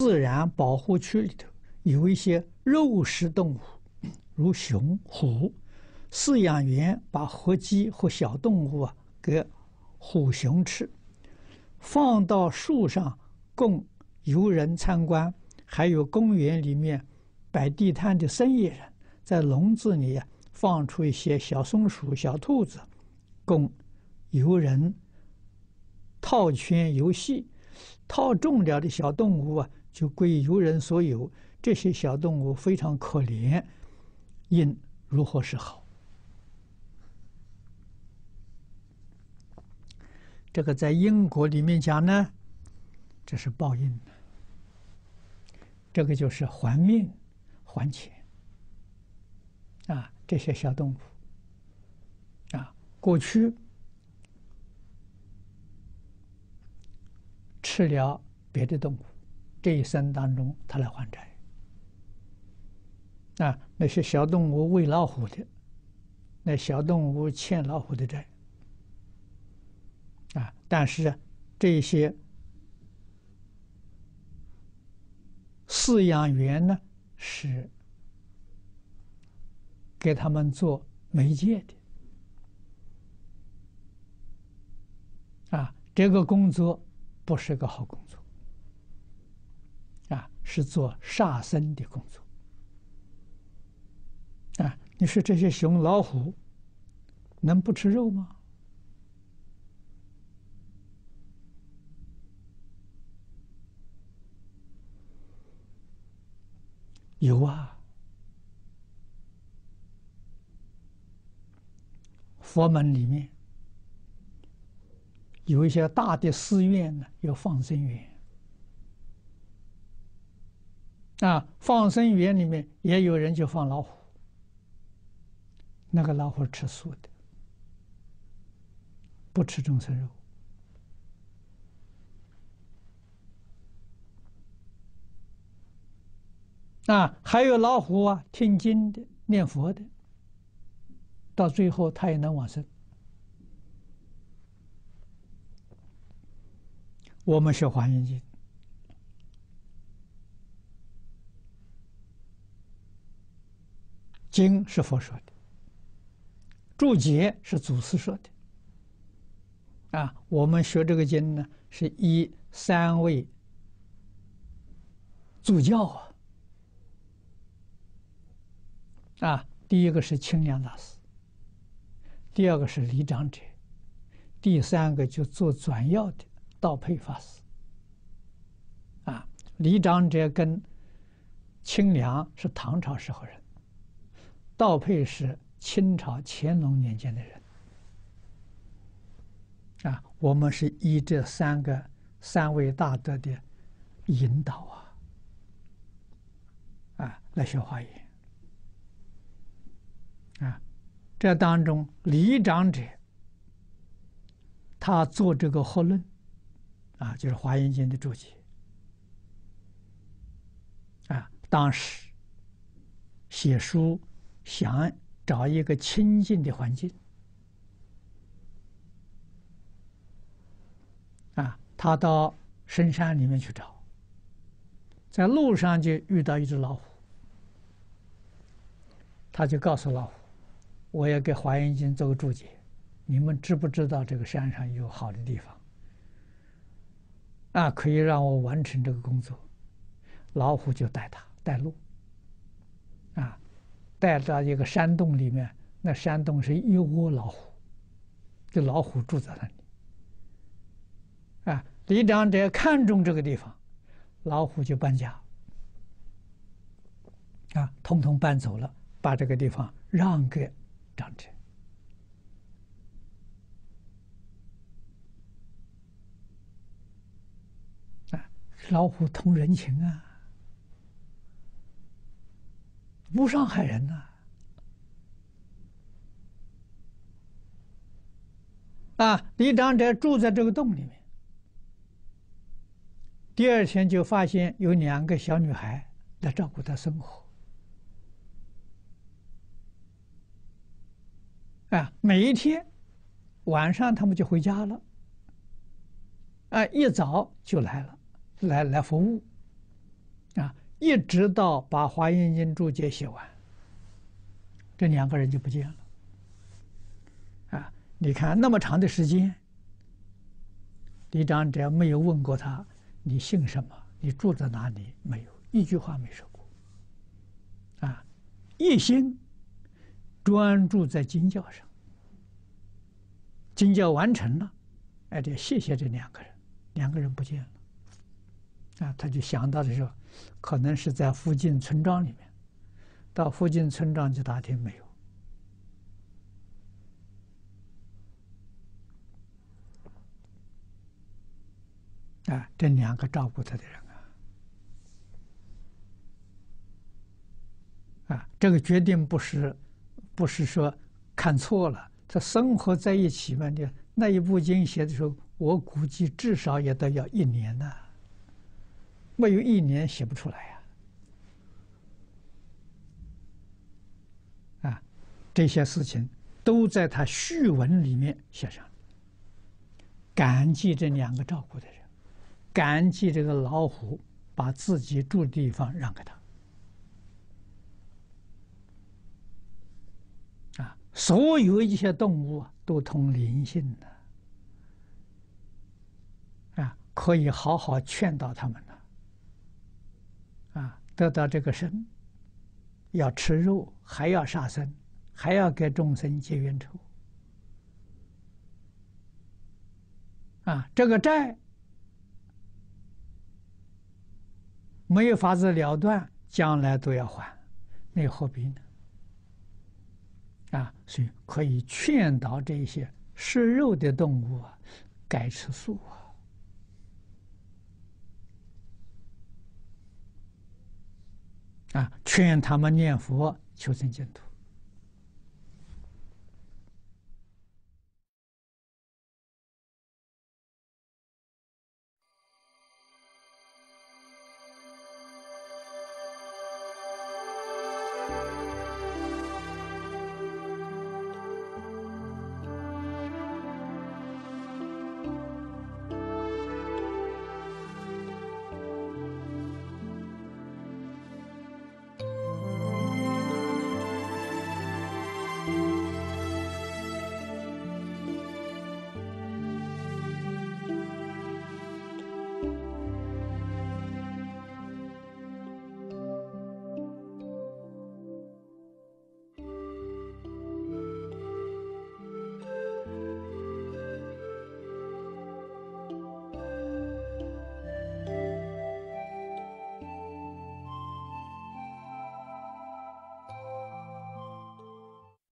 自然保护区里头有一些肉食动物，如熊、虎，饲养员把活鸡或小动物给虎熊吃，放到树上供游人参观。还有公园里面摆地摊的生意人，在笼子里放出一些小松鼠、小兔子，供游人套圈游戏。套中了的小动物就归游人所有。这些小动物非常可怜，应如何是好？这个在因果里面讲呢，这是报应，这个就是还命还钱这些小动物过去吃了别的动物，这一生当中他来还债那些小动物喂老虎的，那小动物欠老虎的债但是这些饲养员呢是给他们做媒介的这个工作不是个好工作是做杀生的工作你说这些熊老虎能不吃肉吗？有佛门里面有一些大的寺院呢，有放生园放生园里面也有人就放老虎，那个老虎吃素的，不吃众生肉还有老虎听经的、念佛的，到最后他也能往生。我们学《华严经》，经是佛说的，注解是祖师说的我们学这个经呢，是依三位祖教第一个是清凉大师，第二个是李长者，第三个就做转要的道配法师李长者跟清凉是唐朝时候人，道配是清朝乾隆年间的人我们是依这三位大德的引导来学华严这当中李长者他做这个合论就是《华严经》的注解当时写书想找一个清净的环境他到深山里面去找，在路上就遇到一只老虎，他就告诉老虎，我要给《华严经》做个注解，你们知不知道这个山上有好的地方可以让我完成这个工作？老虎就带路带到一个山洞里面，那山洞是一窝老虎，这老虎住在那里李长者看中这个地方，老虎就搬家统统搬走了，把这个地方让给长者老虎通人情不伤害人李长者住在这个洞里面，第二天就发现有2个小女孩来照顾他生活每一天晚上他们就回家了一早就来了，来服务一直到把《华严经》注解写完，这2个人就不见了。啊，你看那么长的时间，李长者没有问过他你姓什么，你住在哪里，没有一句话没说过。啊，一心专注在经教上，经教完成了，哎，得谢谢这2个人，2个人不见了。啊，他就想到的时候，可能是在附近村庄里面，到附近村庄去打听，没有。啊，这2个照顾他的人啊，这个决定不是说看错了，他生活在一起嘛，那一部经写的时候，我估计至少也得要1年呢，没有1年写不出来呀。啊，这些事情都在他序文里面写上，感激这2个照顾的人，感激这个老虎把自己住的地方让给他。啊，所有一些动物都通灵性的，啊，可以好好劝导他们的，啊，得到这个生，要吃肉，还要杀生，还要给众生结冤仇，啊，这个债没有法子了断，将来都要还，那何必呢？啊，所以可以劝导这些食肉的动物啊，改吃素啊，劝他们念佛求生净土。